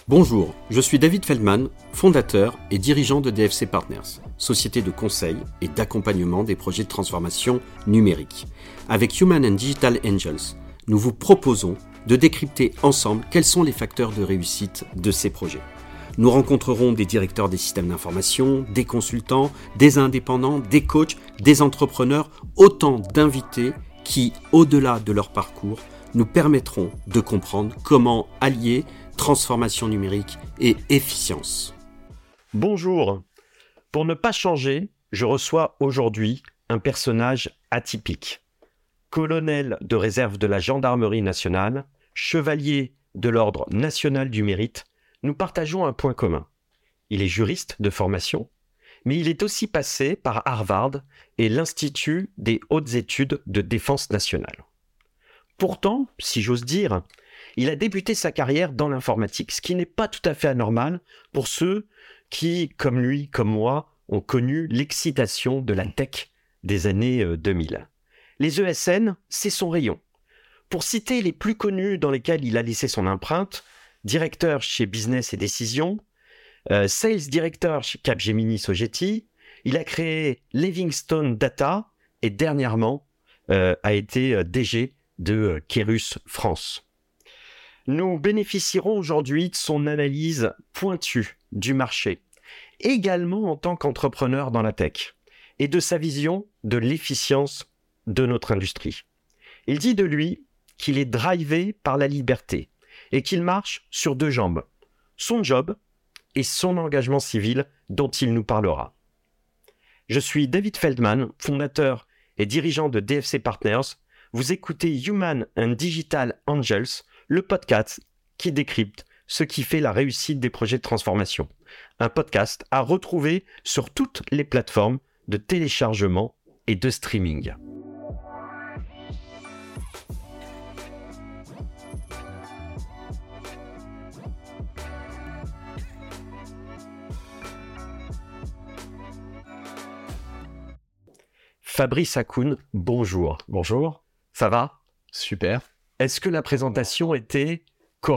Bonjour, je suis David Feldman, fondateur et dirigeant de DFC Partners, société de conseil et d'accompagnement des projets de transformation numérique. Avec Human and Digital Angels, nous vous proposons de décrypter ensemble quels sont les facteurs de réussite de ces projets. Nous rencontrerons des directeurs des systèmes d'information, des consultants, des indépendants, des coachs, des entrepreneurs, autant d'invités qui, au-delà de leur parcours, nous permettront de comprendre comment allier transformation numérique et efficience. Bonjour. Pour ne pas changer, je reçois aujourd'hui un personnage atypique. Colonel de réserve de la Gendarmerie nationale, chevalier de l'Ordre national du mérite, nous partageons un point commun. Il est juriste de formation, mais il est aussi passé par Harvard et l'Institut des hautes études de défense nationale. Pourtant, si j'ose dire, il a débuté sa carrière dans l'informatique, ce qui n'est pas tout à fait anormal pour ceux qui, comme lui, comme moi, ont connu l'excitation de la tech des années 2000. Les ESN, c'est son rayon. Pour citer les plus connus dans lesquels il a laissé son empreinte, directeur chez Business et Décision, Sales Director chez Capgemini Sogeti, il a créé Livingstone Data et dernièrement a été DG de Kerus France. Nous bénéficierons aujourd'hui de son analyse pointue du marché, également en tant qu'entrepreneur dans la tech, et de sa vision de l'efficience de notre industrie. Il dit de lui qu'il est drivé par la liberté et qu'il marche sur deux jambes, son job et son engagement civil dont il nous parlera. Je suis David Feldman, fondateur et dirigeant de DFC Partners. Vous écoutez Human and Digital Angels, le podcast qui décrypte ce qui fait la réussite des projets de transformation. Un podcast à retrouver sur toutes les plateformes de téléchargement et de streaming. Fabrice Hakoun, bonjour. Bonjour. Ça va ? Super. Est-ce que la présentation était correcte ?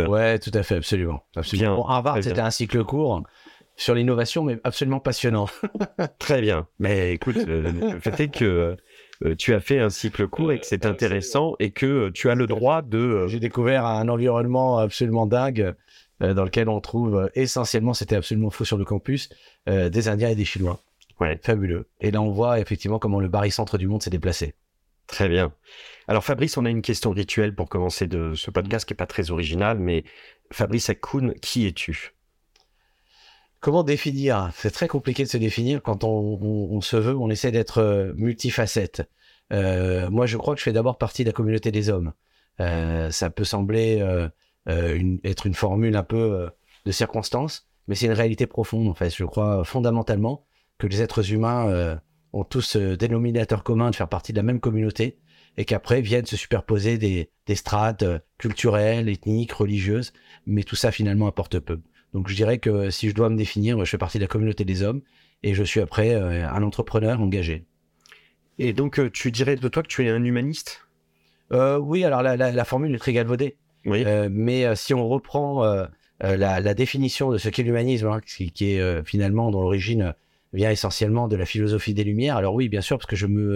Ouais, tout à fait, absolument. Bien. Bon, Harvard, c'était un cycle court sur l'innovation, mais absolument passionnant. Très bien. Mais écoute, le fait est que tu as fait un cycle court et que c'est intéressant et que tu as le droit de... J'ai découvert un environnement absolument dingue dans lequel on trouve essentiellement, c'était absolument fou sur le campus, des Indiens et des Chinois. Ouais. Fabuleux. Et là, on voit effectivement comment le barycentre du monde s'est déplacé. Très bien. Alors Fabrice, on a une question rituelle pour commencer de ce podcast qui n'est pas très original, mais Fabrice Hakoun, qui es-tu ? Comment définir ? C'est très compliqué de se définir quand on se veut, on essaie d'être multifacette. Moi, je crois que je fais d'abord partie de la communauté des hommes. Ça peut sembler être une formule un peu de circonstance, mais c'est une réalité profonde. En fait, je crois fondamentalement que les êtres humains ont tous ce dénominateur commun de faire partie de la même communauté et qu'après viennent se superposer des strates culturelles, ethniques, religieuses, mais tout ça finalement apporte peu. Donc je dirais que si je dois me définir, je fais partie de la communauté des hommes et je suis après un entrepreneur engagé. Et donc tu dirais de toi que tu es un humaniste ? Oui, alors la formule est très galvaudée, Oui. mais si on reprend la définition de ce qu'est l'humanisme, hein, qui est finalement dans l'origine vient essentiellement de la philosophie des Lumières. Alors oui, bien sûr, parce que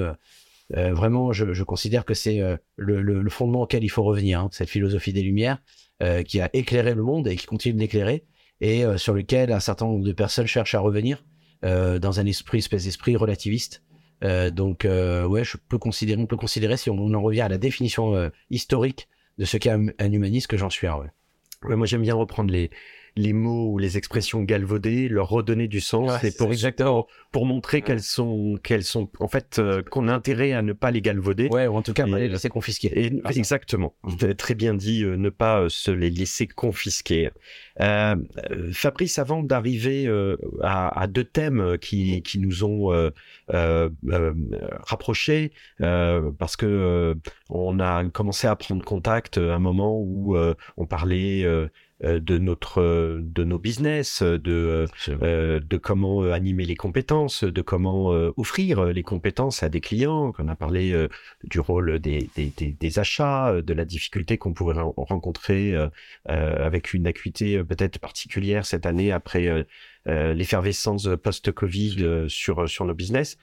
je considère que c'est le fondement auquel il faut revenir, hein, cette philosophie des Lumières qui a éclairé le monde et qui continue de l'éclairer et sur lequel un certain nombre de personnes cherchent à revenir dans un espèce d'esprit relativiste. Ouais, on peut considérer, si on en revient à la définition historique de ce qu'est un humaniste, que j'en suis un. Ouais. Ouais, moi j'aime bien reprendre les mots ou les expressions galvaudées, leur redonner du sens, Ouais, c'est pour montrer qu'elles sont en fait qu'on a intérêt à ne pas les galvauder. Ouais, ou en tout cas, les laisser confisquer. Exactement. Tu avais très bien dit ne pas se les laisser confisquer. Fabrice, avant d'arriver à deux thèmes qui nous ont rapprochés, parce que on a commencé à prendre contact à un moment où on parlait de nos business, de comment animer les compétences, de comment offrir les compétences à des clients. On a parlé du rôle des achats, de la difficulté qu'on pourrait rencontrer avec une acuité peut-être particulière cette année après l'effervescence post-Covid sur nos business.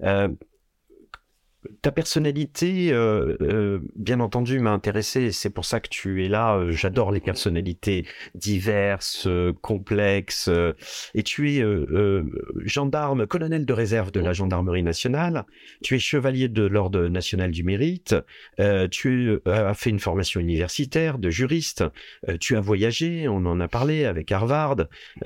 Ta personnalité, bien entendu, m'a intéressé. C'est pour ça que tu es là. J'adore les personnalités diverses, complexes. Et tu es gendarme, colonel de réserve de la gendarmerie nationale. Tu es chevalier de l'Ordre national du mérite. Tu as fait une formation universitaire de juriste. Tu as voyagé, on en a parlé avec Harvard.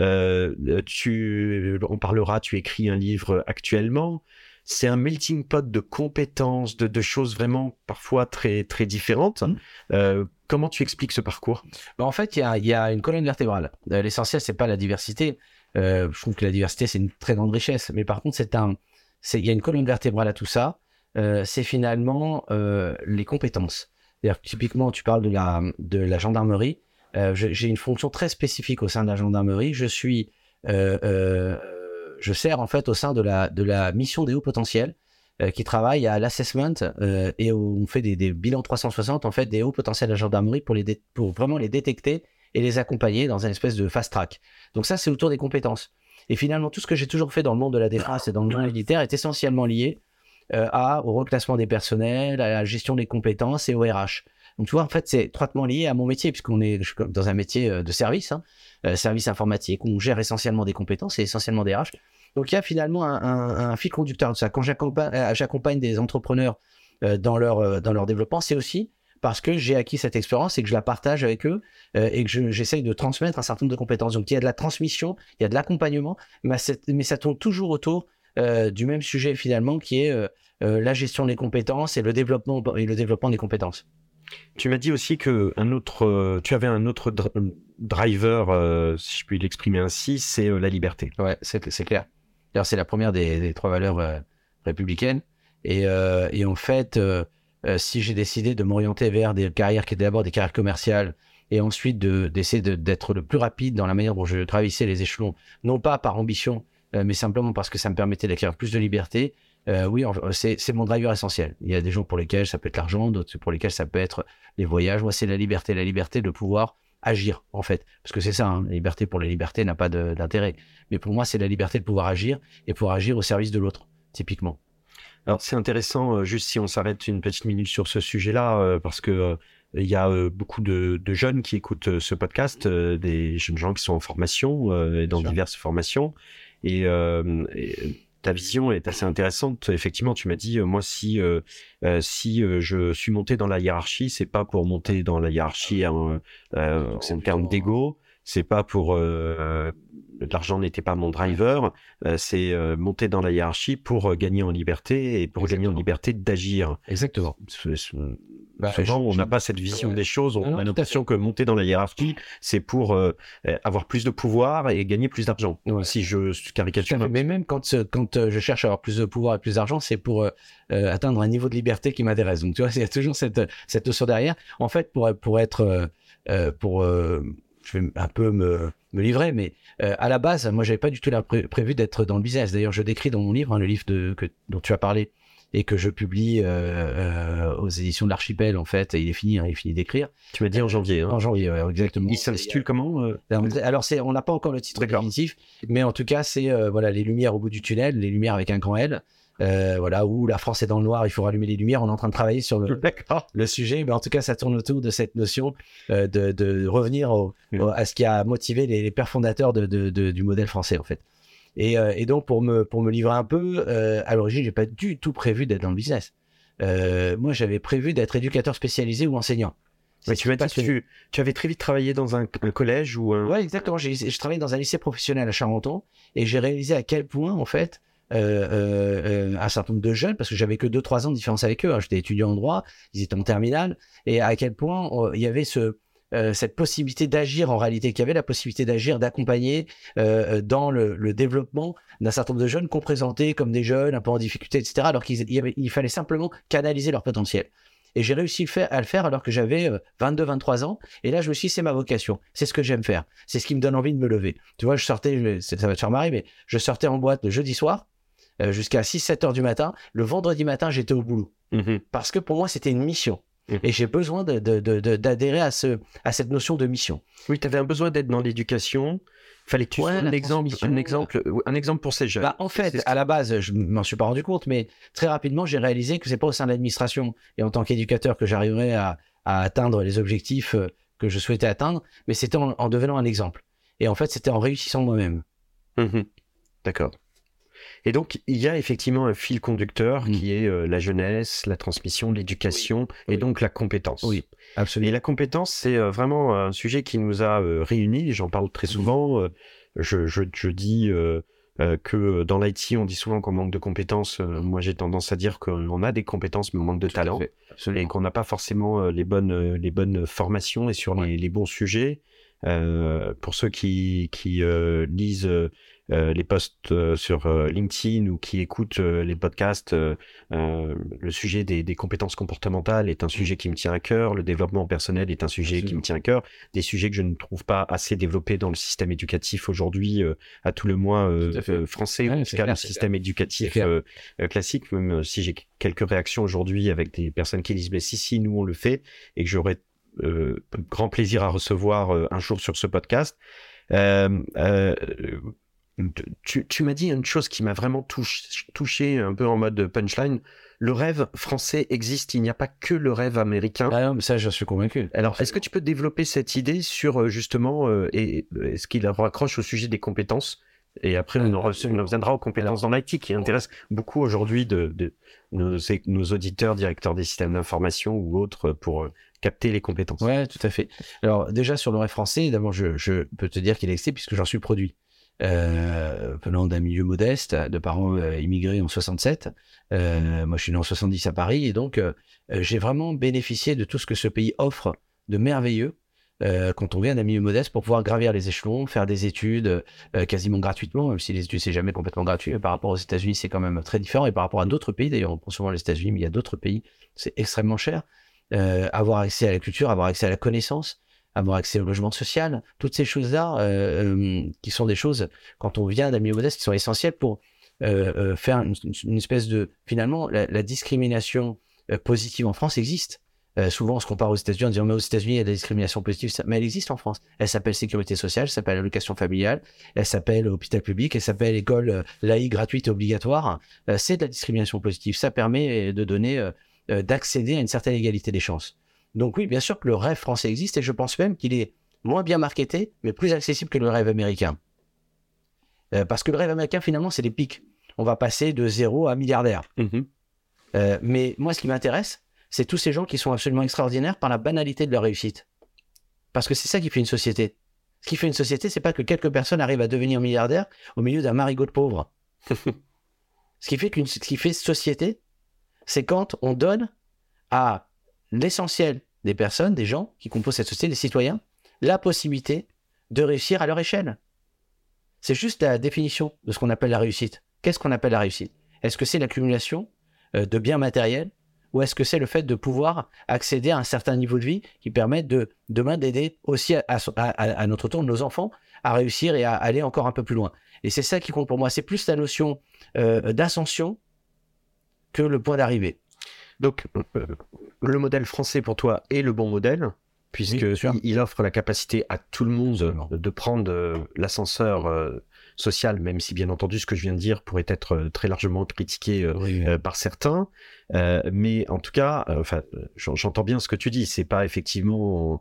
On parlera, tu écris un livre actuellement. C'est un melting pot de compétences, de choses vraiment parfois très, très différentes. Comment tu expliques ce parcours ? En fait, il y a une colonne vertébrale. L'essentiel, c'est pas la diversité. Je trouve que la diversité, c'est une très grande richesse. Mais par contre, il y a une colonne vertébrale à tout ça. C'est finalement les compétences. C'est-à-dire, typiquement, tu parles de la gendarmerie. J'ai une fonction très spécifique au sein de la gendarmerie. Je sers en fait au sein de la mission des hauts potentiels qui travaille à l'assessment et où on fait des bilans 360 en fait des hauts potentiels de la gendarmerie pour vraiment les détecter et les accompagner dans une espèce de fast track. Donc ça, c'est autour des compétences. Et finalement, tout ce que j'ai toujours fait dans le monde de la défense et dans le monde militaire est essentiellement lié au reclassement des personnels, à la gestion des compétences et au RH. Donc tu vois, en fait, c'est étroitement lié à mon métier puisque je suis dans un métier de service, service informatique, où on gère essentiellement des compétences et essentiellement des RH. Donc il y a finalement un fil conducteur de ça. Quand j'accompagne des entrepreneurs dans leur développement, c'est aussi parce que j'ai acquis cette expérience et que je la partage avec eux et que j'essaye de transmettre un certain nombre de compétences. Donc il y a de la transmission, il y a de l'accompagnement, mais ça tourne toujours autour du même sujet finalement qui est la gestion des compétences et le développement des compétences. Tu m'as dit aussi que tu avais un autre driver, si je puis l'exprimer ainsi, c'est la liberté. Ouais, c'est clair. D'ailleurs, c'est la première des trois valeurs républicaines. Et en fait, si j'ai décidé de m'orienter vers des carrières qui étaient d'abord des carrières commerciales et ensuite d'essayer d'être le plus rapide dans la manière dont je gravissais les échelons, non pas par ambition, mais simplement parce que ça me permettait d'acquérir plus de liberté, oui, c'est mon driver essentiel. Il y a des gens pour lesquels ça peut être l'argent, d'autres pour lesquels ça peut être les voyages. Moi, c'est la liberté de pouvoir agir, en fait. Parce que c'est ça, hein, la liberté pour la liberté n'a pas d'intérêt. Mais pour moi, c'est la liberté de pouvoir agir et pouvoir agir au service de l'autre, typiquement. Alors, c'est intéressant, juste si on s'arrête une petite minute sur ce sujet-là, parce que il y a beaucoup de jeunes qui écoutent ce podcast, des jeunes gens qui sont en formation, et dans diverses formations. Et ta vision est assez intéressante. Effectivement, tu m'as dit, moi, si je suis monté dans la hiérarchie, c'est pas pour monter dans la hiérarchie en termes d'ego, c'est pas pour l'argent n'était pas mon driver, c'est monter dans la hiérarchie pour gagner en liberté et pour gagner en liberté d'agir. Exactement. Souvent, on n'a pas cette vision des choses. On a l'impression que monter dans la hiérarchie, c'est pour avoir plus de pouvoir et gagner plus d'argent. Ouais. Si je caricature. Mais même quand je cherche à avoir plus de pouvoir et plus d'argent, c'est pour atteindre un niveau de liberté qui m'intéresse. Donc, tu vois, il y a toujours cette notion derrière. En fait, je vais un peu me livrer, mais à la base, moi, j'avais pas du tout prévu d'être dans le business. D'ailleurs, je décris dans mon livre, le livre dont tu as parlé et que je publie aux éditions de l'Archipel, en fait. Il est fini d'écrire. Tu m'as dit en janvier. Hein. En janvier, ouais, exactement. Il s'intitule comment Alors, on n'a pas encore le titre définitif, mais en tout cas, c'est les lumières au bout du tunnel, les lumières avec un grand L. Où la France est dans le noir, il faut rallumer les lumières. On est en train de travailler sur le sujet, mais en tout cas, ça tourne autour de cette notion de revenir à ce qui a motivé les pères fondateurs du modèle français, en fait. Et donc, pour me livrer un peu, à l'origine, j'ai pas du tout prévu d'être dans le business. Moi, j'avais prévu d'être éducateur spécialisé ou enseignant. Mais tu m'as dit que tu avais très vite travaillé dans un collège ou un... Ouais, exactement. Je travaillais dans un lycée professionnel à Charenton et j'ai réalisé à quel point, en fait, un certain nombre de jeunes, parce que j'avais que 2-3 ans de différence avec eux, hein. J'étais étudiant en droit, ils étaient en terminale, et à quel point il y avait cette possibilité d'agir en réalité, qu'il y avait la possibilité d'agir, d'accompagner dans le développement d'un certain nombre de jeunes qu'on présentait comme des jeunes un peu en difficulté, etc., alors qu'il fallait simplement canaliser leur potentiel. Et j'ai réussi à le faire alors que j'avais 22, 23 ans. Et là, je me suis dit, c'est ma vocation. C'est ce que j'aime faire. C'est ce qui me donne envie de me lever. Tu vois, ça va te faire marrer, mais je sortais en boîte le jeudi soir jusqu'à 6-7 heures du matin. Le vendredi matin, j'étais au boulot. Parce que pour moi, c'était une mission. Et j'ai besoin d'adhérer à cette notion de mission. Oui, tu avais un besoin d'être dans l'éducation. Fallait que tu sois un exemple pour ces jeunes. Bah, en fait, à la base, je m'en suis pas rendu compte, mais très rapidement, j'ai réalisé que c'est pas au sein de l'administration et en tant qu'éducateur que j'arriverais à atteindre les objectifs que je souhaitais atteindre, mais c'était en devenant un exemple. Et en fait, c'était en réussissant moi-même. D'accord. Et donc, il y a effectivement un fil conducteur qui est la jeunesse, la transmission, l'éducation et donc la compétence. Oui, absolument. Et la compétence, c'est vraiment un sujet qui nous a réunis. J'en parle très souvent. Je dis que dans l'IT, on dit souvent qu'on manque de compétences. Moi, j'ai tendance à dire qu'on a des compétences, mais on manque de talent. Et qu'on n'a pas forcément les bonnes formations et sur les bons sujets. Pour ceux qui lisent les posts sur LinkedIn ou qui écoutent les podcasts, le sujet des compétences comportementales est un sujet qui me tient à cœur, le développement personnel est un sujet qui me tient à cœur, des sujets que je ne trouve pas assez développés dans le système éducatif aujourd'hui, à tout le moins français, en tout cas le système éducatif classique, même si j'ai quelques réactions aujourd'hui avec des personnes qui disent si, nous on le fait, et que j'aurais grand plaisir à recevoir un jour sur ce podcast. Tu m'as dit une chose qui m'a vraiment touché un peu en mode punchline. Le rêve français existe, il n'y a pas que le rêve américain. Ah non, mais ça, j'en suis convaincu. Alors, est-ce que tu peux développer cette idée sur justement, est-ce qu'il raccroche au sujet des compétences? Et après, on reviendra aux compétences dans l'IT qui intéressent beaucoup aujourd'hui de nos auditeurs, directeurs des systèmes d'information ou autres pour capter les compétences. Ouais, tout à fait. Alors, déjà, sur le rêve français, d'abord, je peux te dire qu'il existe puisque j'en suis produit. Venant d'un milieu modeste, de parents immigrés en 67. Moi, je suis né en 70 à Paris et donc j'ai vraiment bénéficié de tout ce que ce pays offre de merveilleux quand on vient d'un milieu modeste pour pouvoir gravir les échelons, faire des études quasiment gratuitement, même si les études c'est jamais complètement gratuit. Mais par rapport aux États-Unis, c'est quand même très différent et par rapport à d'autres pays. D'ailleurs, on pense souvent les États-Unis, mais il y a d'autres pays, c'est extrêmement cher. Avoir accès à la culture, avoir accès à la connaissance, avoir accès au logement social, toutes ces choses-là qui sont des choses, quand on vient d'un milieu modeste, qui sont essentielles pour faire une espèce de... Finalement, la discrimination positive en France existe. Souvent, on se compare aux États-Unis en disant mais aux États-Unis, il y a des discriminations positives, mais elle existe en France. Elle s'appelle sécurité sociale, elle s'appelle allocation familiale, elle s'appelle hôpital public, elle s'appelle école laïque, gratuite et obligatoire. C'est de la discrimination positive. Ça permet de donner, d'accéder à une certaine égalité des chances. Donc oui, bien sûr que le rêve français existe et je pense même qu'il est moins bien marketé, mais plus accessible que le rêve américain. Parce que le rêve américain, finalement, c'est des pics. On va passer de 0 à milliardaire. Mais moi, ce qui m'intéresse, c'est tous ces gens qui sont absolument extraordinaires par la banalité de leur réussite. Parce que c'est ça qui fait une société. Ce qui fait une société, c'est pas que quelques personnes arrivent à devenir milliardaires au milieu d'un marigot de pauvres. Ce qui fait société, c'est quand on donne à l'essentiel des personnes, des gens qui composent cette société, des citoyens, la possibilité de réussir à leur échelle. C'est juste la définition de ce qu'on appelle la réussite. Qu'est-ce qu'on appelle la réussite? Est-ce que c'est l'accumulation de biens matériels ou est-ce que c'est le fait de pouvoir accéder à un certain niveau de vie qui permet demain d'aider aussi à notre tour nos enfants à réussir et à aller encore un peu plus loin? Et c'est ça qui compte pour moi. C'est plus la notion d'ascension que le point d'arrivée. Donc, le modèle français pour toi est le bon modèle, puisqu'il offre la capacité à tout le monde de prendre l'ascenseur social, même si bien entendu ce que je viens de dire pourrait être très largement critiqué par certains. Mais en tout cas, j'entends bien ce que tu dis. C'est pas effectivement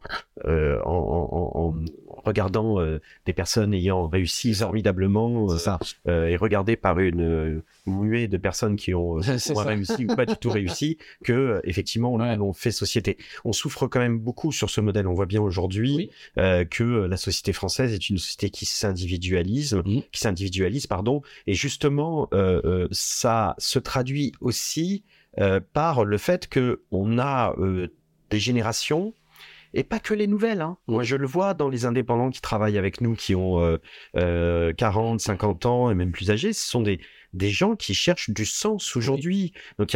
en regardant des personnes ayant réussi formidablement et regardé par une nuée de personnes qui ont réussi ou pas du tout réussi que effectivement on fait société. On souffre quand même beaucoup sur ce modèle. On voit bien aujourd'hui que la société française est une société qui s'individualise, et justement ça se traduit aussi par le fait que on a des générations et pas que les nouvelles. Hein. Moi, je le vois dans les indépendants qui travaillent avec nous, qui ont 40, 50 ans et même plus âgés. Ce sont des gens qui cherchent du sens aujourd'hui. Donc,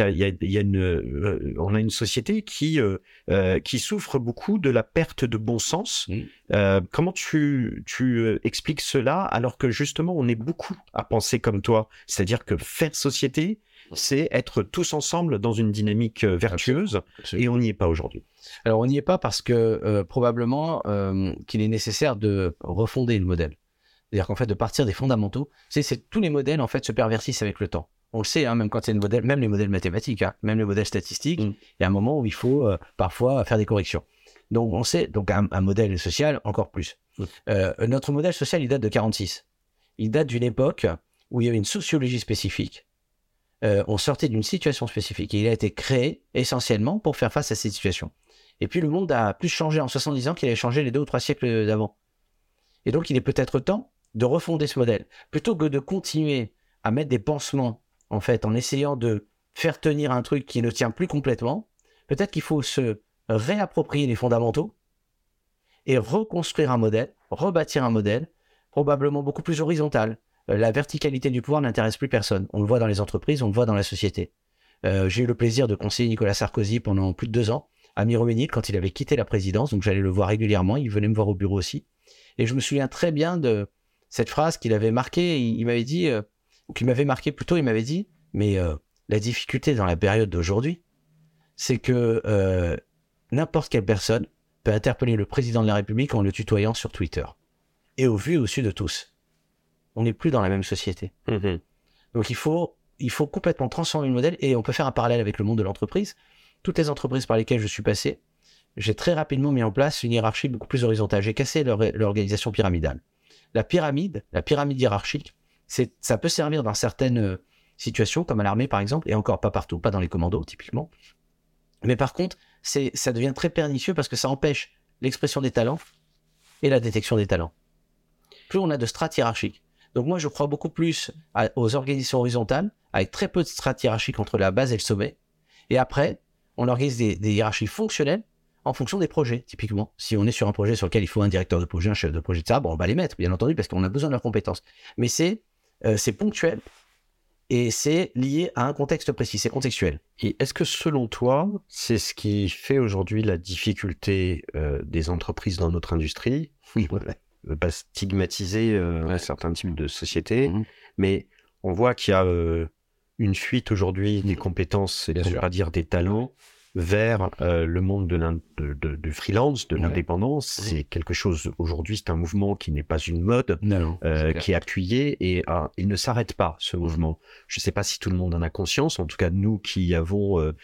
on a une société qui souffre beaucoup de la perte de bon sens. Comment tu expliques cela alors que justement, on est beaucoup à penser comme toi? C'est-à-dire que faire société, c'est être tous ensemble dans une dynamique vertueuse. Absolument. Et on n'y est pas aujourd'hui. Alors, on n'y est pas parce que probablement qu'il est nécessaire de refonder le modèle. C'est-à-dire qu'en fait, de partir des fondamentaux, tous les modèles en fait se pervertissent avec le temps. On le sait, hein, même quand c'est même les modèles mathématiques, hein, même les modèles statistiques, il y a un moment où il faut parfois faire des corrections. Donc, on sait, donc un modèle social encore plus. Notre modèle social, il date de 46. Il date d'une époque où il y avait une sociologie spécifique. On sortait d'une situation spécifique et il a été créé essentiellement pour faire face à cette situation. Et puis le monde a plus changé en 70 ans qu'il avait changé les 2 ou 3 siècles d'avant. Et donc il est peut-être temps de refonder ce modèle. Plutôt que de continuer à mettre des pansements, en fait, en essayant de faire tenir un truc qui ne tient plus complètement, peut-être qu'il faut se réapproprier les fondamentaux et reconstruire un modèle, rebâtir un modèle, probablement beaucoup plus horizontal. La verticalité du pouvoir n'intéresse plus personne. On le voit dans les entreprises, on le voit dans la société. J'ai eu le plaisir de conseiller Nicolas Sarkozy pendant plus de 2 ans à Miroménil quand il avait quitté la présidence, donc j'allais le voir régulièrement, il venait me voir au bureau aussi. Et je me souviens très bien de cette phrase qu'il avait marquée, il m'avait dit, ou qu'il m'avait marqué plutôt, il m'avait dit, mais la difficulté dans la période d'aujourd'hui, c'est que n'importe quelle personne peut interpeller le président de la République en le tutoyant sur Twitter. Et au vu et au su de tous. On n'est plus dans la même société. Donc il faut complètement transformer le modèle et on peut faire un parallèle avec le monde de l'entreprise. Toutes les entreprises par lesquelles je suis passé, j'ai très rapidement mis en place une hiérarchie beaucoup plus horizontale. J'ai cassé l'organisation pyramidale. La pyramide hiérarchique, ça peut servir dans certaines situations, comme à l'armée par exemple, et encore pas partout, pas dans les commandos typiquement. Mais par contre, ça devient très pernicieux parce que ça empêche l'expression des talents et la détection des talents. Plus on a de strates hiérarchiques. Donc moi, je crois beaucoup plus aux organisations horizontales, avec très peu de strates hiérarchiques entre la base et le sommet. Et après, on organise des hiérarchies fonctionnelles en fonction des projets, typiquement. Si on est sur un projet sur lequel il faut un directeur de projet, un chef de projet, ça, bon, on va les mettre, bien entendu, parce qu'on a besoin de leurs compétences. Mais c'est ponctuel et c'est lié à un contexte précis, c'est contextuel. Et est-ce que selon toi, c'est ce qui fait aujourd'hui la difficulté des entreprises dans notre industrie? Oui, voilà. Pas stigmatiser un certain type de société, mais on voit qu'il y a une fuite aujourd'hui des compétences, et pour pas dire des talents, vers le monde du freelance, de l'indépendance. C'est quelque chose, aujourd'hui, c'est un mouvement qui n'est pas une mode, qui est appuyé et il ne s'arrête pas, ce mouvement. Je ne sais pas si tout le monde en a conscience. En tout cas, nous qui animons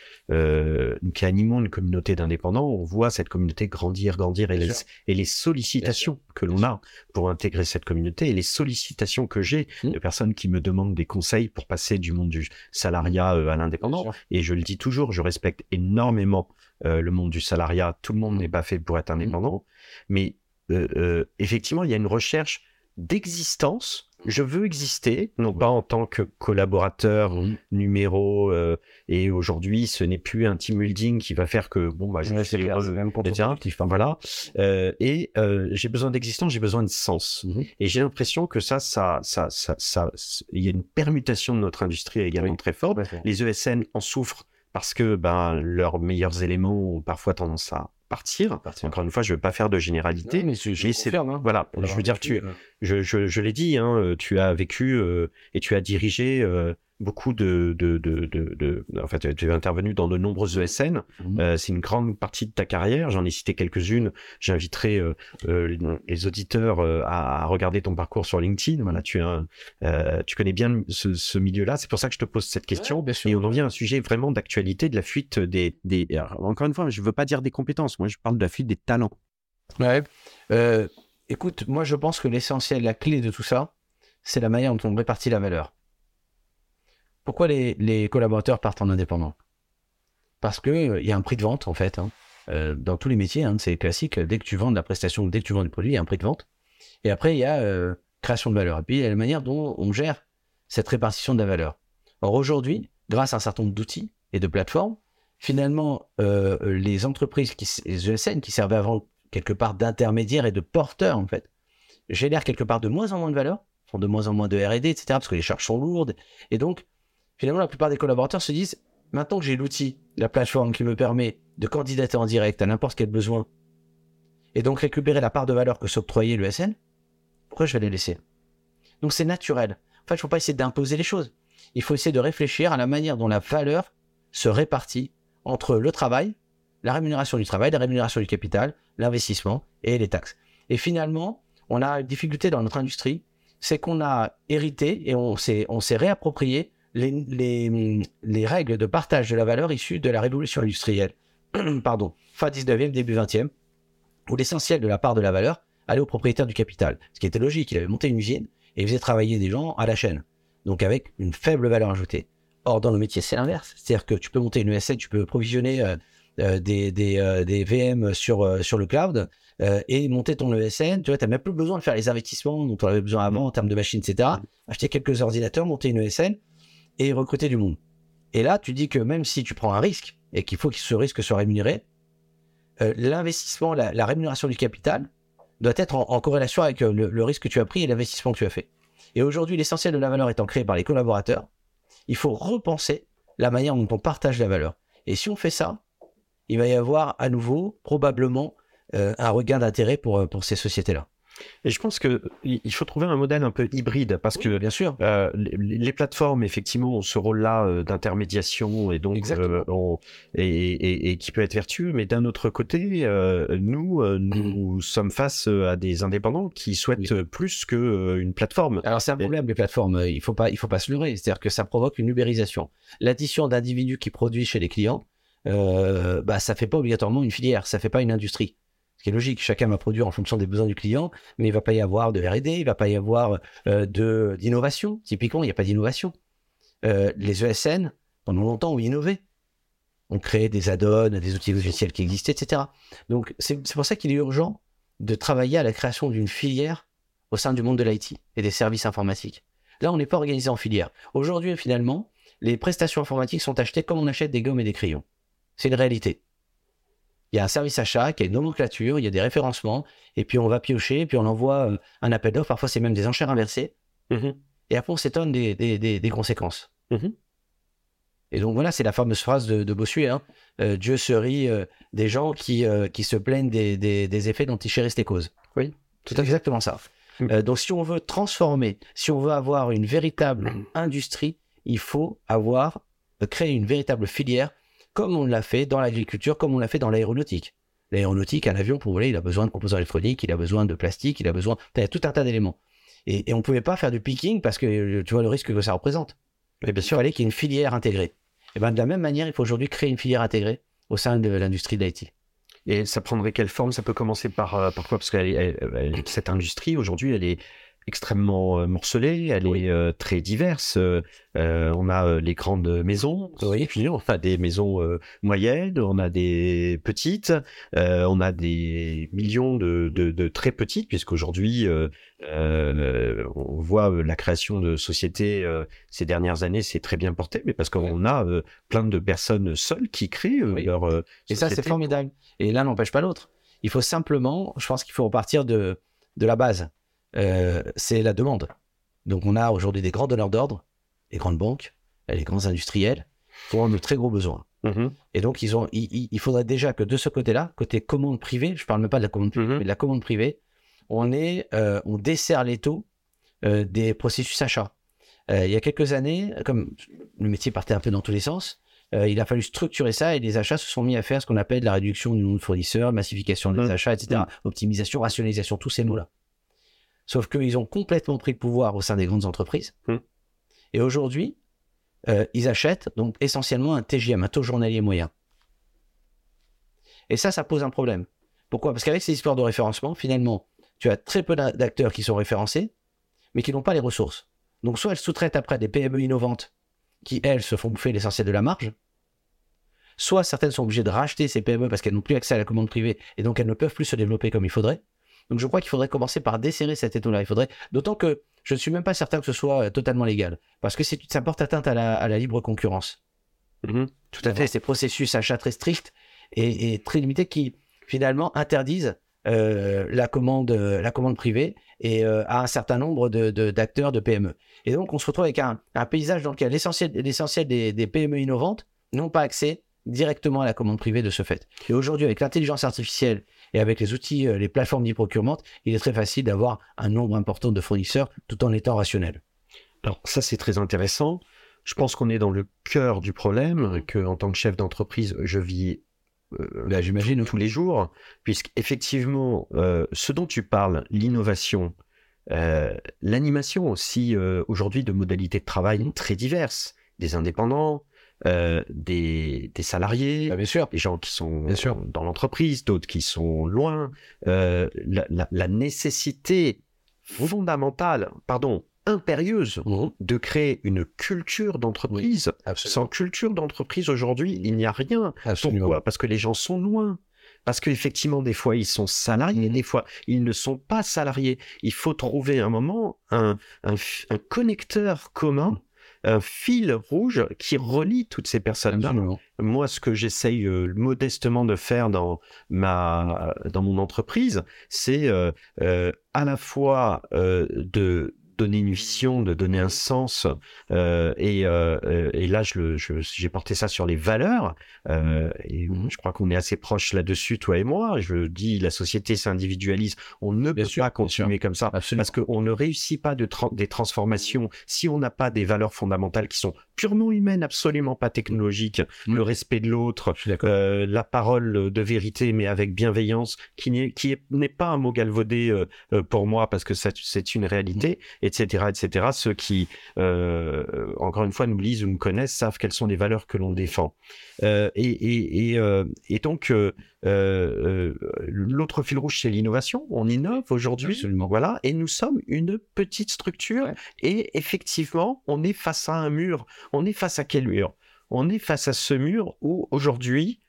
une communauté d'indépendants, on voit cette communauté grandir et les sollicitations que l'on a pour intégrer cette communauté et les sollicitations que j'ai de personnes qui me demandent des conseils pour passer du monde du salariat à l'indépendant. Et je le dis toujours, je respecte énormément le monde du salariat. Tout le monde n'est pas fait pour être indépendant, mais effectivement, il y a une recherche d'existence. Je veux exister, non pas en tant que collaborateur numéro, et aujourd'hui, ce n'est plus un team building qui va faire que, je suis même voilà. Et j'ai besoin d'existence, j'ai besoin de sens. Et j'ai l'impression que il y a une permutation de notre industrie également très forte. Les ESN en souffrent parce que leurs meilleurs éléments ont parfois tendance à partir. Encore une fois, je ne veux pas faire de généralité, mais c'est voilà. Je veux dire, je l'ai dit, tu as vécu et tu as dirigé beaucoup en fait, tu es intervenu dans de nombreuses ESN. C'est une grande partie de ta carrière. J'en ai cité quelques-unes. J'inviterai les auditeurs à regarder ton parcours sur LinkedIn. Voilà, tu connais bien ce milieu-là. C'est pour ça que je te pose cette question. Et on en vient à un sujet vraiment d'actualité, de la fuite alors, encore une fois, je veux pas dire des compétences. Moi, je parle de la fuite des talents. Ouais. Écoute, moi, je pense que l'essentiel, la clé de tout ça, c'est la manière dont on répartit la valeur. Pourquoi les collaborateurs partent en indépendant? Parce qu'il y a un prix de vente, en fait. Dans tous les métiers, c'est classique. Dès que tu vends de la prestation, dès que tu vends du produit, il y a un prix de vente. Et après, il y a création de valeur. Et puis, il y a la manière dont on gère cette répartition de la valeur. Or, aujourd'hui, grâce à un certain nombre d'outils et de plateformes, finalement, les entreprises, les ESN qui servaient avant quelque part d'intermédiaires et de porteurs, en fait, génèrent quelque part de moins en moins de valeur, font de moins en moins de R&D, etc., parce que les charges sont lourdes. Et donc, finalement, la plupart des collaborateurs se disent, maintenant que j'ai l'outil, la plateforme qui me permet de candidater en direct à n'importe quel besoin, et donc récupérer la part de valeur que s'octroyait l'ESN, pourquoi je vais les laisser? Donc c'est naturel. En fait, il ne faut pas essayer d'imposer les choses. Il faut essayer de réfléchir à la manière dont la valeur se répartit entre le travail, la rémunération du travail, la rémunération du capital, l'investissement et les taxes. Et finalement, on a une difficulté dans notre industrie, c'est qu'on a hérité et on s'est réapproprié les règles de partage de la valeur issues de la révolution industrielle, pardon, fin 19e, début 20e, où l'essentiel de la part de la valeur allait au propriétaire du capital. Ce qui était logique, il avait monté une usine et il faisait travailler des gens à la chaîne, donc avec une faible valeur ajoutée. Or, dans nos métiers, c'est l'inverse. C'est-à-dire que tu peux monter une ESN, tu peux provisionner des VM sur le cloud et monter ton ESN. Tu vois, tu n'as même plus besoin de faire les investissements dont on avait besoin avant en termes de machines, etc. Acheter quelques ordinateurs, monter une ESN et recruter du monde. Et là, tu dis que même si tu prends un risque et qu'il faut que ce risque soit rémunéré, l'investissement, la rémunération du capital doit être en corrélation avec le risque que tu as pris et l'investissement que tu as fait. Et aujourd'hui, l'essentiel de la valeur étant créé par les collaborateurs, il faut repenser la manière dont on partage la valeur. Et si on fait ça, il va y avoir à nouveau, probablement, un regain d'intérêt pour ces sociétés-là. Et je pense qu'il faut trouver un modèle un peu hybride parce que bien sûr. Les plateformes, effectivement, ont ce rôle-là d'intermédiation et donc et qui peut être vertueux. Mais d'un autre côté, nous sommes face à des indépendants qui souhaitent plus qu'une plateforme. Alors c'est un problème, les plateformes. Il faut pas se leurrer. C'est-à-dire que ça provoque une ubérisation. L'addition d'individus qui produisent chez les clients, ça fait pas obligatoirement une filière, ça fait pas une industrie. Ce qui est logique, chacun va produire en fonction des besoins du client, mais il ne va pas y avoir de R&D, il ne va pas y avoir d'innovation. Typiquement, il n'y a pas d'innovation. Les ESN, pendant longtemps, ont innové. On créé des add-ons, des outils logiciels qui existaient, etc. Donc, c'est pour ça qu'il est urgent de travailler à la création d'une filière au sein du monde de l'IT et des services informatiques. Là, on n'est pas organisé en filière. Aujourd'hui, finalement, les prestations informatiques sont achetées comme on achète des gommes et des crayons. C'est une réalité. Il y a un service achat qui a une nomenclature, il y a des référencements, et puis on va piocher, puis on envoie un appel d'offres, parfois c'est même des enchères inversées, et après on s'étonne des conséquences. Et donc voilà, c'est la fameuse phrase de Bossuet, hein. Dieu se rit des gens qui se plaignent des effets dont ils chérissent les causes. Oui, c'est exactement ça. Donc si on veut transformer, si on veut avoir une véritable industrie, il faut créer une véritable filière, comme on l'a fait dans l'agriculture, comme on l'a fait dans l'aéronautique. L'aéronautique, un avion, pour voler, il a besoin de composants électroniques, il a besoin de plastique, il a tout un tas d'éléments. Et on ne pouvait pas faire du picking parce que tu vois le risque que ça représente. Et bien sûr, il fallait qu'il y ait une filière intégrée. Et bien de la même manière, il faut aujourd'hui créer une filière intégrée au sein de l'industrie de l'IT. Et ça prendrait quelle forme? Ça peut commencer par quoi? Parce que cette industrie, aujourd'hui, elle est extrêmement morcelée, elle est très diverse. On a les grandes maisons, puis on a des maisons moyennes, on a des petites, on a des millions de très petites, puisqu'aujourd'hui, on voit la création de sociétés ces dernières années, c'est très bien porté, mais parce qu'on a plein de personnes seules qui créent leur société. Et ça, c'est formidable. Et l'un n'empêche pas l'autre. Il faut simplement, je pense qu'il faut repartir de la base. C'est la demande. Donc on a aujourd'hui des grands donneurs d'ordre, les grandes banques, les grands industriels, qui ont de très gros besoins. Et donc il faudrait déjà que de ce côté-là, côté commande privée, je ne parle même pas de la commande privée, mais de la commande privée, on dessert l'étau des processus achats. Il y a quelques années, comme le métier partait un peu dans tous les sens, il a fallu structurer ça et les achats se sont mis à faire ce qu'on appelle la réduction du nombre de fournisseurs, massification des achats, etc. Optimisation, rationalisation, tous ces mots-là. Sauf qu'ils ont complètement pris le pouvoir au sein des grandes entreprises. Et aujourd'hui, ils achètent donc essentiellement un TJM, un taux journalier moyen. Et ça pose un problème. Pourquoi? Parce qu'avec ces histoires de référencement, finalement, tu as très peu d'acteurs qui sont référencés, mais qui n'ont pas les ressources. Donc soit elles sous-traitent après des PME innovantes qui, elles, se font bouffer l'essentiel de la marge, soit certaines sont obligées de racheter ces PME parce qu'elles n'ont plus accès à la commande privée et donc elles ne peuvent plus se développer comme il faudrait. Donc je crois qu'il faudrait commencer par desserrer cet étau-là. D'autant que je ne suis même pas certain que ce soit totalement légal, parce que ça porte atteinte à la libre concurrence. Tout à fait. Ces processus achats très stricts et très limités qui finalement interdisent la commande privée et à un certain nombre d'acteurs de PME. Et donc, on se retrouve avec un paysage dans lequel l'essentiel des PME innovantes n'ont pas accès directement à la commande privée de ce fait. Et aujourd'hui, avec l'intelligence artificielle et avec les outils, les plateformes d'e-procurement, il est très facile d'avoir un nombre important de fournisseurs tout en étant rationnel. Alors ça, c'est très intéressant. Je pense qu'on est dans le cœur du problème, qu'en tant que chef d'entreprise, je vis j'imagine tous les jours, puisqu'effectivement, ce dont tu parles, l'innovation, l'animation aussi, aujourd'hui, de modalités de travail très diverses, des indépendants, des salariés, bien sûr. des gens qui sont dans l'entreprise, d'autres qui sont loin, la nécessité fondamentale, impérieuse de créer une culture d'entreprise. Sans culture d'entreprise aujourd'hui, il n'y a rien. Absolument. Pourquoi ? Parce que les gens sont loin. Parce qu'effectivement, des fois, ils sont salariés, des fois, ils ne sont pas salariés. Il faut trouver un moment, un connecteur commun, un fil rouge qui relie toutes ces personnes-là. Moi, ce que j'essaye modestement de faire dans mon entreprise, c'est à la fois de donner une vision, de donner un sens, et là j'ai porté ça sur les valeurs, je crois qu'on est assez proches là-dessus, toi et moi. Je dis, la société s'individualise, on ne peut pas continuer comme ça. Absolument. Parce qu'on ne réussit pas des transformations si on n'a pas des valeurs fondamentales qui sont purement humaines, absolument pas technologiques. Le respect de l'autre, la parole de vérité, mais avec bienveillance, qui n'est pas un mot galvaudé pour moi, parce que c'est une réalité, etc., etc. Ceux qui, encore une fois, nous lisent ou nous connaissent savent quelles sont les valeurs que l'on défend. Et donc, l'autre fil rouge, c'est l'innovation. On innove aujourd'hui. Absolument. Voilà, et nous sommes une petite structure, et effectivement, on est face à un mur. On est face à quel mur ? On est face à ce mur où, aujourd'hui,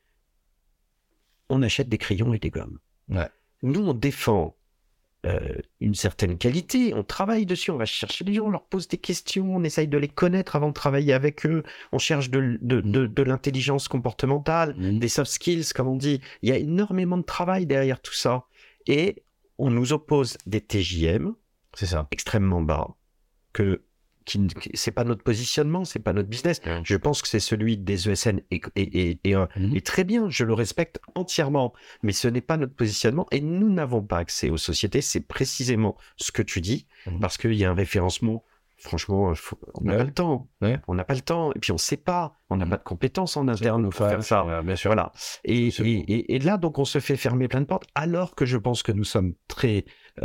on achète des crayons et des gommes. Nous, on défend une certaine qualité, on travaille dessus, on va chercher les gens, on leur pose des questions, on essaye de les connaître avant de travailler avec eux, on cherche de l'intelligence comportementale, des soft skills, comme on dit. Il y a énormément de travail derrière tout ça, et on nous oppose des TJM extrêmement bas, c'est pas notre positionnement, c'est pas notre business. Je pense que c'est celui des ESN et très bien, je le respecte entièrement, mais ce n'est pas notre positionnement, et nous n'avons pas accès aux sociétés. C'est précisément ce que tu dis, parce qu'il y a un référencement. Franchement, on n'a pas le temps. On n'a pas le temps, et puis on sait pas, on n'a pas de compétences en interne pour faire ça. Bien sûr. Voilà. Et là, donc, on se fait fermer plein de portes, alors que je pense que nous sommes très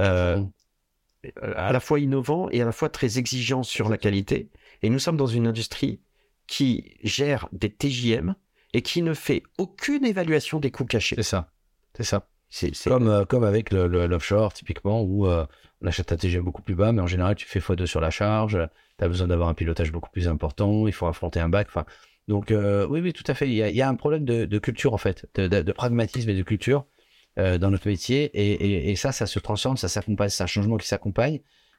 à la fois innovant et à la fois très exigeant sur la qualité. Et nous sommes dans une industrie qui gère des TJM et qui ne fait aucune évaluation des coûts cachés. C'est ça. Comme avec l'offshore, typiquement, où on achète un TJM beaucoup plus bas, mais en général, tu fais x2 sur la charge, tu as besoin d'avoir un pilotage beaucoup plus important, il faut affronter un bac. Donc, oui, tout à fait. Il y a un problème de culture, en fait, de pragmatisme et de culture dans notre métier, et ça se transforme, ça s'accompagne, c'est un changement qui s'accompagne,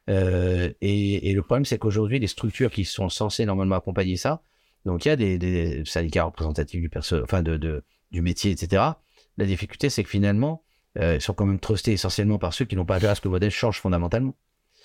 et le problème, c'est qu'aujourd'hui, les structures qui sont censées normalement accompagner ça, donc il y a des syndicats représentatifs du métier, etc. La difficulté, c'est que finalement, ils sont quand même trustés essentiellement par ceux qui n'ont pas intérêt à ce que le modèle change fondamentalement.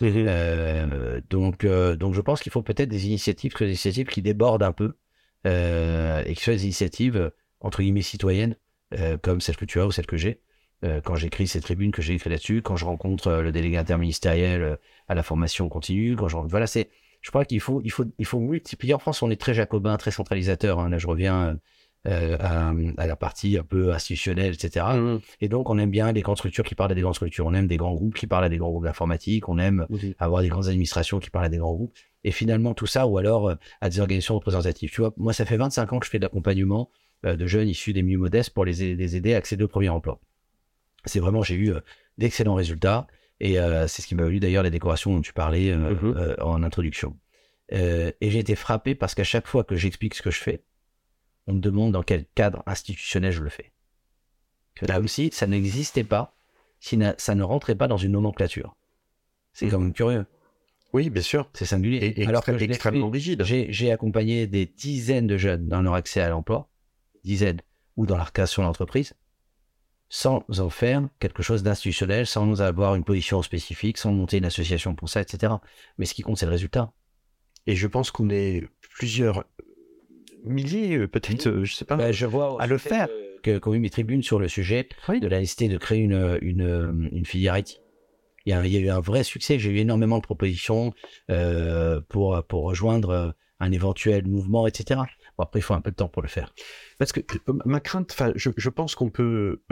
Donc je pense qu'il faut peut-être des initiatives qui débordent un peu, et qui soient des initiatives entre guillemets citoyennes, comme celle que tu as ou celle que j'ai. Quand j'écris ces tribunes que j'ai écrit là-dessus, quand je rencontre le délégué interministériel à la formation continue, je crois qu'il faut multiplier. En France, on est très jacobin, très centralisateur. Là, je reviens à la partie un peu institutionnelle, etc. Et donc, on aime bien les grandes structures qui parlent à des grandes structures. On aime des grands groupes qui parlent à des grands groupes d'informatique. On aime avoir des grandes administrations qui parlent à des grands groupes. Et finalement, tout ça, ou alors à des organisations représentatives. Tu vois, moi, ça fait 25 ans que je fais de l'accompagnement de jeunes issus des milieux modestes pour les aider à accéder au premier emploi. C'est vraiment, j'ai eu d'excellents résultats, et c'est ce qui m'a valu d'ailleurs les décorations dont tu parlais en introduction. Et j'ai été frappé parce qu'à chaque fois que j'explique ce que je fais, on me demande dans quel cadre institutionnel je le fais. Là aussi, ça n'existait pas si ça ne rentrait pas dans une nomenclature. C'est quand même curieux. Oui, bien sûr. C'est singulier. Et alors que extrêmement rigide. J'ai accompagné des dizaines de jeunes dans leur accès à l'emploi, ou dans leur création d'entreprise. sans en faire quelque chose d'institutionnel, sans avoir une position spécifique, sans monter une association pour ça, etc. Mais ce qui compte, c'est le résultat. Et je pense qu'on est plusieurs milliers, peut-être, je sais pas, Je vois à le faire. Qu'on eu mes tribunes sur le sujet de la nécessité de créer une filière IT. Il y a eu un vrai succès. J'ai eu énormément de propositions pour rejoindre un éventuel mouvement, etc. Bon, après, il faut un peu de temps pour le faire. Parce que ma crainte, je pense qu'on peut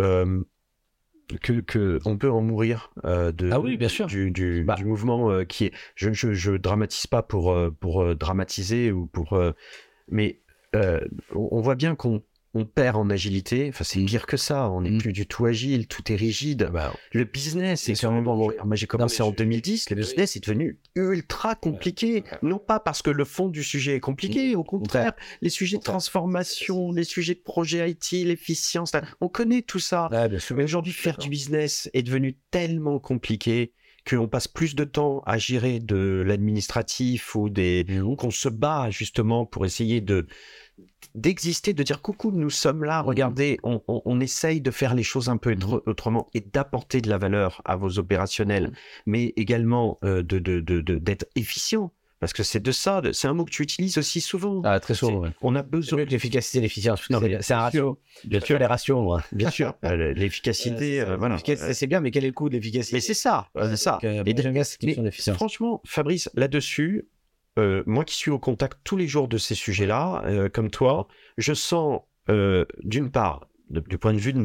on peut en mourir bien sûr. du mouvement qui est. Je dramatise pas pour dramatiser ou pour. Mais on voit bien qu'on perd en agilité. Enfin, c'est pire que ça. On n'est plus du tout agile. Tout est rigide. Le business, c'est quand même. Moi, j'ai commencé en 2010. Le business est devenu ultra compliqué. Non pas parce que le fond du sujet est compliqué. Au contraire, les sujets de transformation, les sujets de projet IT, l'efficience, on connaît tout ça. Mais aujourd'hui, faire du business est devenu tellement compliqué qu'on passe plus de temps à gérer de l'administratif ou qu'on se bat justement pour essayer d'exister, de dire coucou, nous sommes là, regardez, on essaye de faire les choses un peu autrement et d'apporter de la valeur à vos opérationnels, mais également d'être efficient. Parce que c'est un mot que tu utilises aussi souvent. Ah, très souvent, ouais. On a besoin de l'efficacité et l'efficience. C'est un ratio. Bien sûr, les ratios, moi. Bien sûr. L'efficacité, voilà. C'est bien, mais quel est le coût de l'efficacité? Mais c'est ça. C'est ça. Franchement, Fabrice, là-dessus, moi qui suis au contact tous les jours de ces sujets-là, comme toi, je sens, d'une part, du point de vue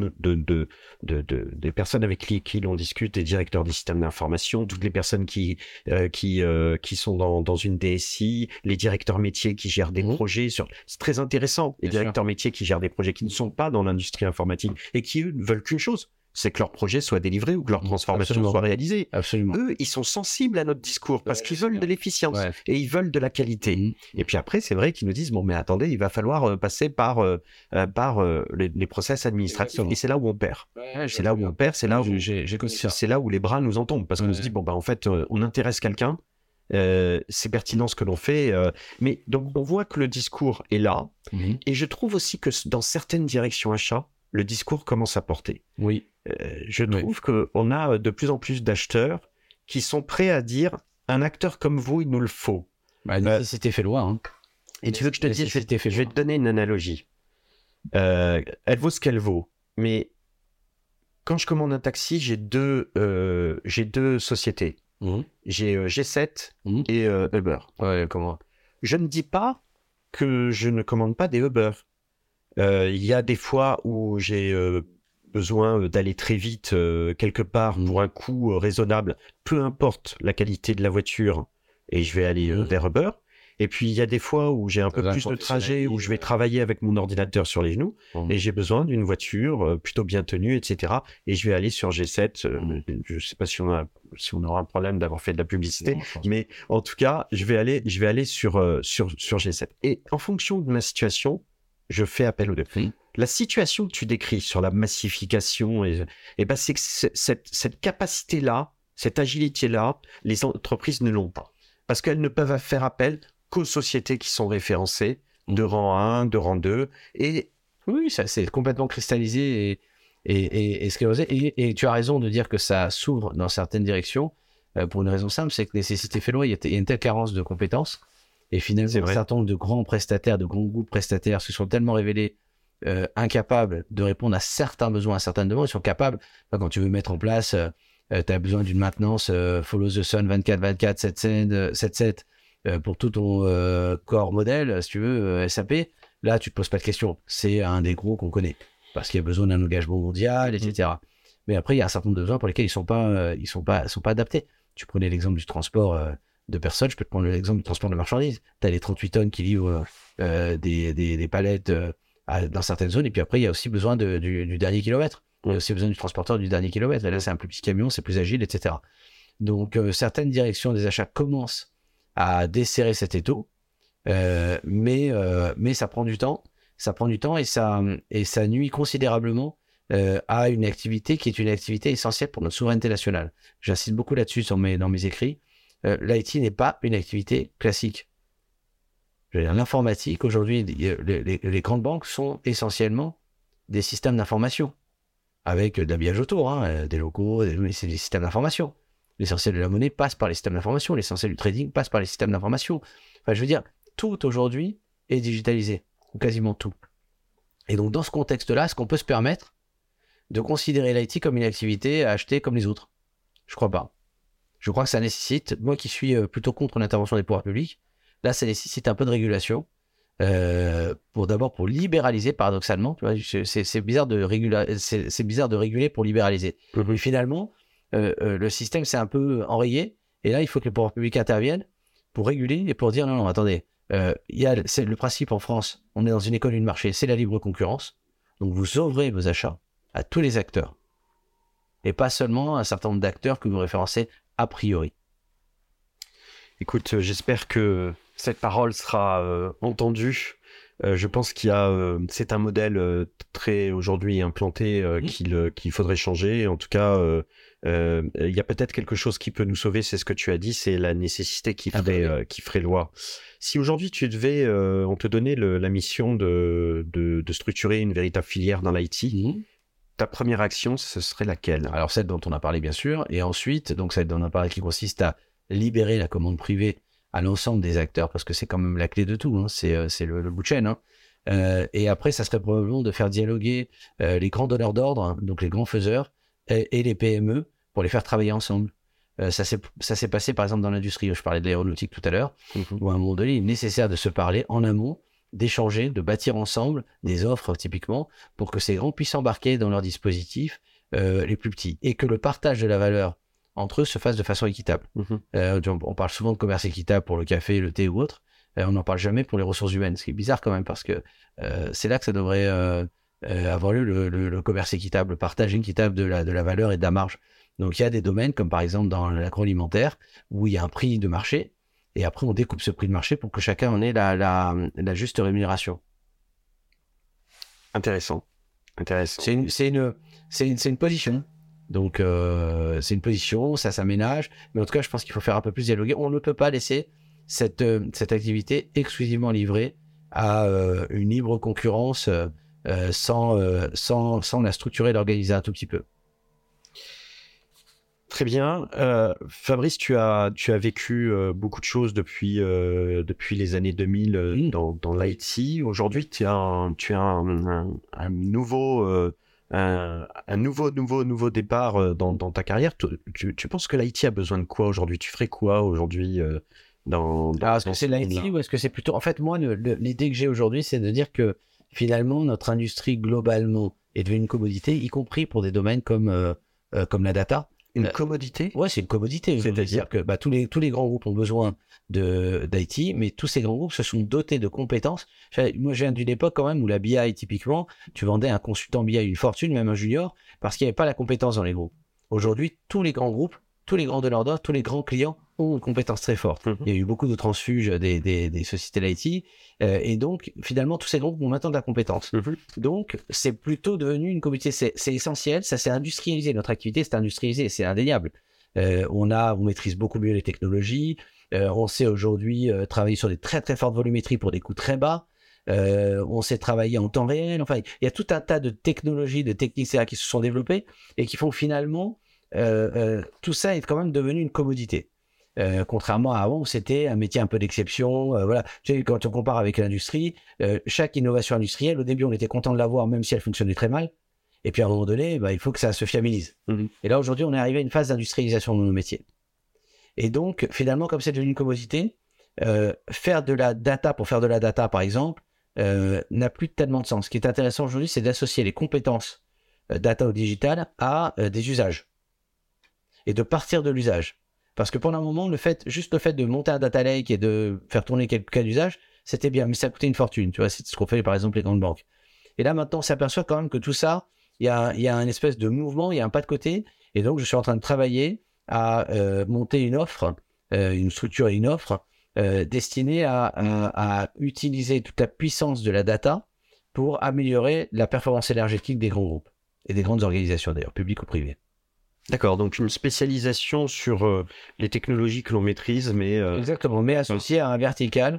des personnes avec qui l'on discute, des directeurs des systèmes d'information, toutes les personnes qui sont dans une DSI, les directeurs métiers qui gèrent des projets c'est très intéressant, les directeurs métiers qui gèrent des projets qui ne sont pas dans l'industrie informatique et qui, eux, ne veulent qu'une chose, c'est que leur projet soit délivré ou que leur transformation soit réalisée. Absolument. Eux, ils sont sensibles à notre discours parce qu'ils veulent de l'efficience et ils veulent de la qualité. Et puis après, c'est vrai qu'ils nous disent, bon, mais attendez, il va falloir passer par les process administratifs. Et c'est là où on perd. C'est là où on perd, c'est là où les bras nous en tombent. Parce qu'on se dit, bon, en fait, on intéresse quelqu'un, c'est pertinent ce que l'on fait. Mais donc, on voit que le discours est là. Et je trouve aussi que dans certaines directions achats, le discours commence à porter. Oui. Je trouve qu'on a de plus en plus d'acheteurs qui sont prêts à dire un acteur comme vous, il nous le faut. La nécessité fait loi. Hein. Et tu veux que je te dise, je vais te donner une analogie. Elle vaut ce qu'elle vaut. Mais quand je commande un taxi, j'ai deux sociétés. J'ai G7 et Uber. Ouais, comment? Je ne dis pas que je ne commande pas des Uber. Il y a des fois où j'ai besoin d'aller très vite quelque part pour un coût raisonnable, peu importe la qualité de la voiture, et je vais aller vers Uber. Et puis, il y a des fois où j'ai un peu plus de trajet, où je vais travailler avec mon ordinateur sur les genoux, et j'ai besoin d'une voiture plutôt bien tenue, etc. Et je vais aller sur G7. Je ne sais pas si on aura un problème d'avoir fait de la publicité, mais en tout cas, je vais aller sur G7. Et en fonction de ma situation, je fais appel aux deux. La situation que tu décris sur la massification, c'est que cette capacité-là, cette agilité-là, les entreprises ne l'ont pas. Parce qu'elles ne peuvent faire appel qu'aux sociétés qui sont référencées de rang 1, de rang 2. Et oui, ça c'est complètement cristallisé et sclérosé. Et tu as raison de dire que ça s'ouvre dans certaines directions pour une raison simple, c'est que nécessité fait loi, il y a une telle carence de compétences. Et finalement, un certain nombre de grands prestataires, de grands groupes prestataires se sont tellement révélés incapables de répondre à certains besoins, à certaines demandes. Ils sont capables, quand tu veux mettre en place, tu as besoin d'une maintenance Follow the Sun 24/24, 7/7 pour tout ton corps modèle, si tu veux, SAP. Là, tu te poses pas de questions. C'est un des gros qu'on connaît parce qu'il y a besoin d'un engagement mondial, etc. Mais après, il y a un certain nombre de besoins pour lesquels ils sont pas adaptés. Tu prenais l'exemple du transport de personnes, je peux te prendre l'exemple du transport de marchandises. Tu as les 38 tonnes qui livrent des palettes dans certaines zones, et puis après, il y a aussi besoin du dernier kilomètre. Il y a aussi besoin du transporteur du dernier kilomètre. Là, c'est un plus petit camion, c'est plus agile, etc. Donc, certaines directions des achats commencent à desserrer cet étau, mais ça prend du temps. Ça prend du temps et ça nuit considérablement à une activité qui est une activité essentielle pour notre souveraineté nationale. J'insiste beaucoup là-dessus dans mes écrits. L'IT n'est pas une activité classique. L'informatique, aujourd'hui, les grandes banques sont essentiellement des systèmes d'information. avec de l'habillage autour, hein, des locaux, c'est des systèmes d'information. L'essentiel de la monnaie passe par les systèmes d'information, l'essentiel du trading passe par les systèmes d'information. Enfin, je veux dire, tout aujourd'hui est digitalisé, ou quasiment tout. Et donc, dans ce contexte-là, est-ce qu'on peut se permettre de considérer l'IT comme une activité à acheter comme les autres? Je crois pas. Je crois que ça nécessite, moi qui suis plutôt contre l'intervention des pouvoirs publics, là, ça nécessite un peu de régulation. Pour libéraliser, paradoxalement, tu vois, c'est bizarre de réguler pour libéraliser. Et finalement, le système s'est un peu enrayé, et là il faut que les pouvoirs publics interviennent pour réguler et pour dire non, attendez, c'est le principe en France, on est dans une économie de marché, c'est la libre concurrence, donc vous ouvrez vos achats à tous les acteurs et pas seulement à un certain nombre d'acteurs que vous référencez a priori. Écoute, j'espère que cette parole sera entendue. Je pense c'est un modèle très aujourd'hui implanté qu'il faudrait changer. En tout cas, il y a peut-être quelque chose qui peut nous sauver. C'est ce que tu as dit, c'est la nécessité qui ferait loi. Si aujourd'hui on te donnait la mission de structurer une véritable filière dans l'IT, ta première action, ce serait laquelle? Alors celle dont on a parlé bien sûr, et ensuite donc celle dont on a parlé qui consiste à libérer la commande privée à l'ensemble des acteurs, parce que c'est quand même la clé de tout, hein. C'est le bout de chaîne. Hein. Et après, ça serait probablement de faire dialoguer les grands donneurs d'ordre, hein, donc les grands faiseurs, et les PME, pour les faire travailler ensemble. Ça s'est passé par exemple dans l'industrie, je parlais de l'aéronautique tout à l'heure, où à un moment donné, il est nécessaire de se parler en amont, d'échanger, de bâtir ensemble des offres typiquement, pour que ces grands puissent embarquer dans leurs dispositifs les plus petits, et que le partage de la valeur entre eux se fasse de façon équitable. On parle souvent de commerce équitable pour le café, le thé ou autre, on n'en parle jamais pour les ressources humaines, ce qui est bizarre quand même, parce que c'est là que ça devrait avoir lieu le commerce équitable, le partage équitable de la valeur et de la marge. Donc il y a des domaines comme par exemple dans l'agroalimentaire où il y a un prix de marché et après on découpe ce prix de marché pour que chacun en ait la juste rémunération. Intéressant. C'est une position. Donc c'est une position, ça s'aménage, mais en tout cas je pense qu'il faut faire un peu plus dialoguer. On ne peut pas laisser cette activité exclusivement livrée à une libre concurrence sans la structurer et l'organiser un tout petit peu. Très bien. Fabrice, tu as vécu beaucoup de choses depuis les années 2000 dans l'IT. Aujourd'hui, tu as un nouveau départ dans ta carrière. Tu penses que l'IT a besoin de quoi aujourd'hui? Tu ferais quoi aujourd'hui est-ce que c'est l'IT ou est-ce que c'est plutôt... En fait, moi, l'idée que j'ai aujourd'hui, c'est de dire que finalement, notre industrie globalement est devenue une commodité, y compris pour des domaines comme la data. Une commodité? Ouais, c'est une commodité. C'est-à-dire que tous les grands groupes ont besoin d'IT, mais tous ces grands groupes se sont dotés de compétences. Moi, je viens d'une époque quand même où la BI, typiquement, tu vendais un consultant BI une fortune, même un junior, parce qu'il n'y avait pas la compétence dans les groupes. Aujourd'hui, tous les grands groupes, tous les grands donneurs d'ordre, tous les grands clients ont une compétence très forte. Il y a eu beaucoup de transfuges des sociétés d'IT, et donc finalement tous ces groupes ont maintenant de la compétence. Donc c'est plutôt devenu une commodité. C'est essentiel, ça s'est industrialisé. Notre activité s'est industrialisée, c'est indéniable. On maîtrise beaucoup mieux les technologies. On sait aujourd'hui travailler sur des très très fortes volumétries pour des coûts très bas. On sait travailler en temps réel. Enfin, il y a tout un tas de technologies, de techniques qui se sont développées et qui font finalement tout ça est quand même devenu une commodité. Contrairement à avant où c'était un métier un peu d'exception. Voilà. Tu sais, quand on compare avec l'industrie, chaque innovation industrielle, au début on était content de l'avoir même si elle fonctionnait très mal. Et puis à un moment donné, il faut que ça se fiabilise. Et là aujourd'hui on est arrivé à une phase d'industrialisation de nos métiers. Et donc finalement comme c'est devenu une commodité, faire de la data pour faire de la data par exemple n'a plus tellement de sens. Ce qui est intéressant aujourd'hui c'est d'associer les compétences data ou digital à des usages. Et de partir de l'usage. Parce que pendant un moment, juste le fait de monter un data lake et de faire tourner quelques cas d'usage, c'était bien, mais ça coûtait une fortune. Tu vois, c'est ce qu'on fait par exemple les grandes banques. Et là maintenant, on s'aperçoit quand même que tout ça, il y a un espèce de mouvement, il y a un pas de côté. Et donc, je suis en train de travailler à monter une offre, une structure et une offre destinée à utiliser toute la puissance de la data pour améliorer la performance énergétique des grands groupes et des grandes organisations d'ailleurs, publiques ou privées. D'accord, donc une spécialisation sur les technologies que l'on maîtrise, mais... Exactement, mais associé à un vertical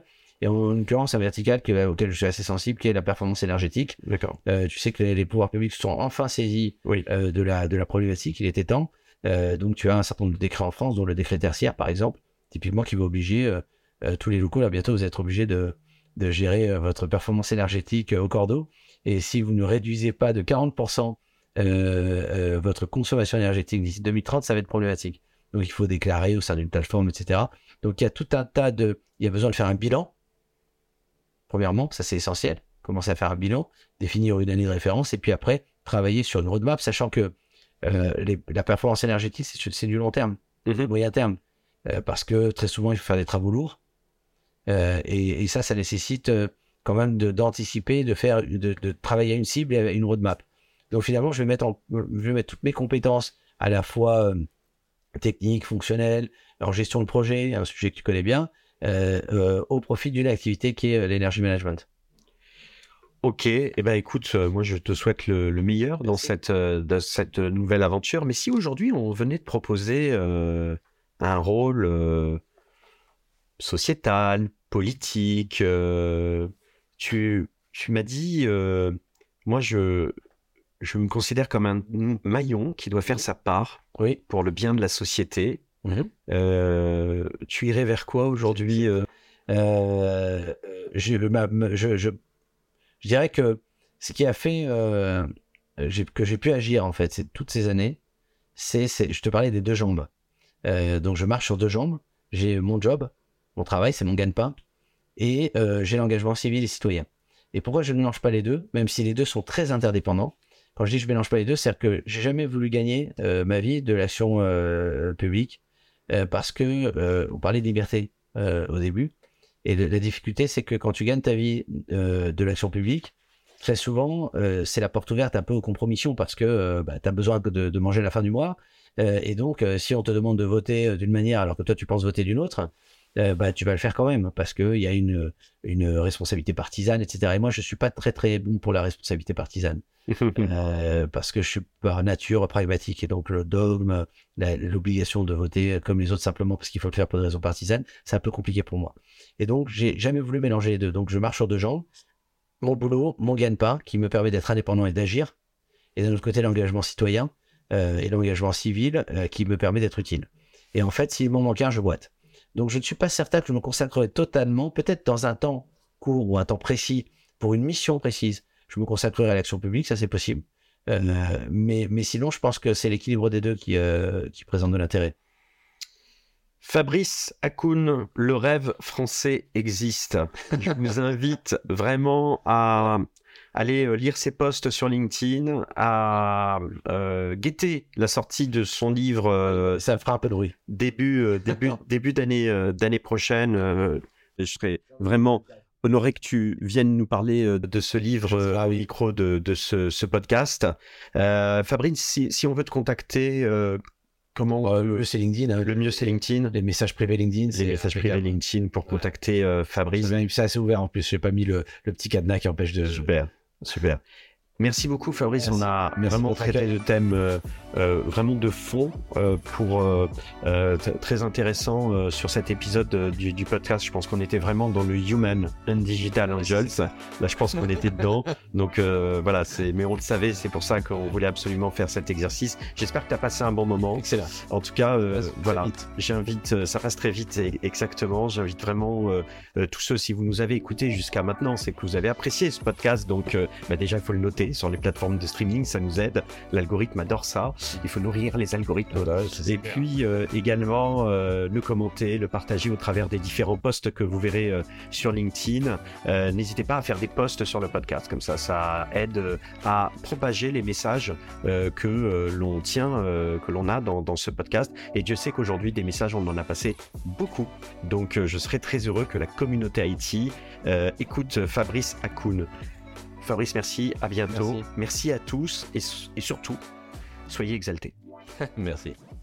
et en l'occurrence un vertical auquel je suis assez sensible, qui est la performance énergétique. D'accord. Tu sais que les pouvoirs publics se sont enfin saisis de la problématique, il était temps. Donc tu as un certain nombre de décrets en France, dont le décret tertiaire par exemple, typiquement qui va obliger tous les locaux, là bientôt vous êtes obligés de gérer votre performance énergétique au cordeau, et si vous ne réduisez pas de 40% votre consommation énergétique d'ici 2030, ça va être problématique. Donc il faut déclarer au sein d'une plateforme, etc. Donc il y a tout un tas il y a besoin de faire un bilan. Premièrement, ça c'est essentiel, commencer à faire un bilan, définir une année de référence, et puis après travailler sur une roadmap, sachant que la performance énergétique, c'est du long terme, moyen terme, parce que très souvent il faut faire des travaux lourds, et ça nécessite quand même d'anticiper, de travailler à une cible et à une roadmap. Donc finalement, je vais mettre toutes mes compétences, à la fois techniques, fonctionnelles, en gestion de projet, un sujet que tu connais bien, au profit d'une activité qui est l'énergie management. Ok, écoute, moi je te souhaite le meilleur dans cette nouvelle aventure. Mais si aujourd'hui on venait te proposer un rôle sociétal, politique, tu m'as dit, moi je me considère comme un maillon qui doit faire sa part pour le bien de la société. Tu irais vers quoi aujourd'hui? Je dirais que ce qui a fait que j'ai pu agir en fait, toutes ces années, je te parlais des deux jambes. Donc je marche sur deux jambes. J'ai mon job, mon travail, c'est mon gagne-pain, et j'ai l'engagement civil et citoyen. Et pourquoi je ne mélange pas les deux, même si les deux sont très interdépendants? Quand je dis que je mélange pas les deux, c'est-à-dire que j'ai jamais voulu gagner ma vie de l'action publique, parce que on parlait de liberté au début. Et la difficulté, c'est que quand tu gagnes ta vie de l'action publique, très souvent, c'est la porte ouverte un peu aux compromissions, parce que tu as besoin de manger à la fin du mois. Et donc, si on te demande de voter d'une manière alors que toi, tu penses voter d'une autre, tu vas le faire quand même, parce qu'il y a une responsabilité partisane, etc. Et moi, je suis pas très, très bon pour la responsabilité partisane. Parce que je suis par nature pragmatique, et donc le dogme, l'obligation de voter comme les autres simplement parce qu'il faut le faire pour des raisons partisanes, c'est un peu compliqué pour moi. Et donc j'ai jamais voulu mélanger les deux. Donc je marche sur deux jambes, mon boulot, mon gagne-pain qui me permet d'être indépendant et d'agir, et d'un autre côté l'engagement citoyen et l'engagement civil qui me permet d'être utile. Et en fait, s'il m'en manque un, je boite. Donc je ne suis pas certain que je me consacrerai totalement, peut-être dans un temps court ou un temps précis, pour une mission précise, je me consacrerai à l'action publique, ça c'est possible. Mais sinon, je pense que c'est l'équilibre des deux qui présente de l'intérêt. Fabrice Hakoun, le rêve français existe. Je vous invite vraiment à aller lire ses posts sur LinkedIn, à guetter la sortie de son livre. Ça fera un peu de bruit. Début d'année prochaine. Je serai vraiment honoré que tu viennes nous parler de ce livre au micro de ce podcast. Fabrice, si on veut te contacter, comment le mieux c'est LinkedIn. Le mieux c'est LinkedIn. Les messages privés LinkedIn. Les messages privés LinkedIn pour contacter Fabrice. C'est assez ouvert en plus. J'ai pas mis le petit cadenas qui empêche de. Super. Merci beaucoup Fabrice, on a vraiment traité de thèmes vraiment de fond très intéressant sur cet épisode du podcast. Je pense qu'on était vraiment dans le Human and Digital Angels. Là je pense qu'on était dedans. Donc voilà, mais on le savait, c'est pour ça qu'on voulait absolument faire cet exercice. J'espère que tu as passé un bon moment. Excellent. En tout cas, voilà, j'invite, ça passe très vite, exactement. J'invite vraiment tous ceux, si vous nous avez écoutés jusqu'à maintenant, c'est que vous avez apprécié ce podcast. Donc déjà, il faut le noter sur les plateformes de streaming, ça nous aide. L'algorithme adore ça. Il faut nourrir les algorithmes. Voilà, et puis également le commenter, le partager au travers des différents posts que vous verrez sur LinkedIn. N'hésitez pas à faire des posts sur le podcast, comme ça aide à propager les messages que l'on tient, que l'on a dans ce podcast. Et Dieu sait qu'aujourd'hui, des messages, on en a passé beaucoup. Donc je serais très heureux que la communauté IT écoute Fabrice Hakoun. Fabrice, merci, à bientôt. Merci à tous et surtout, soyez exaltés. Merci.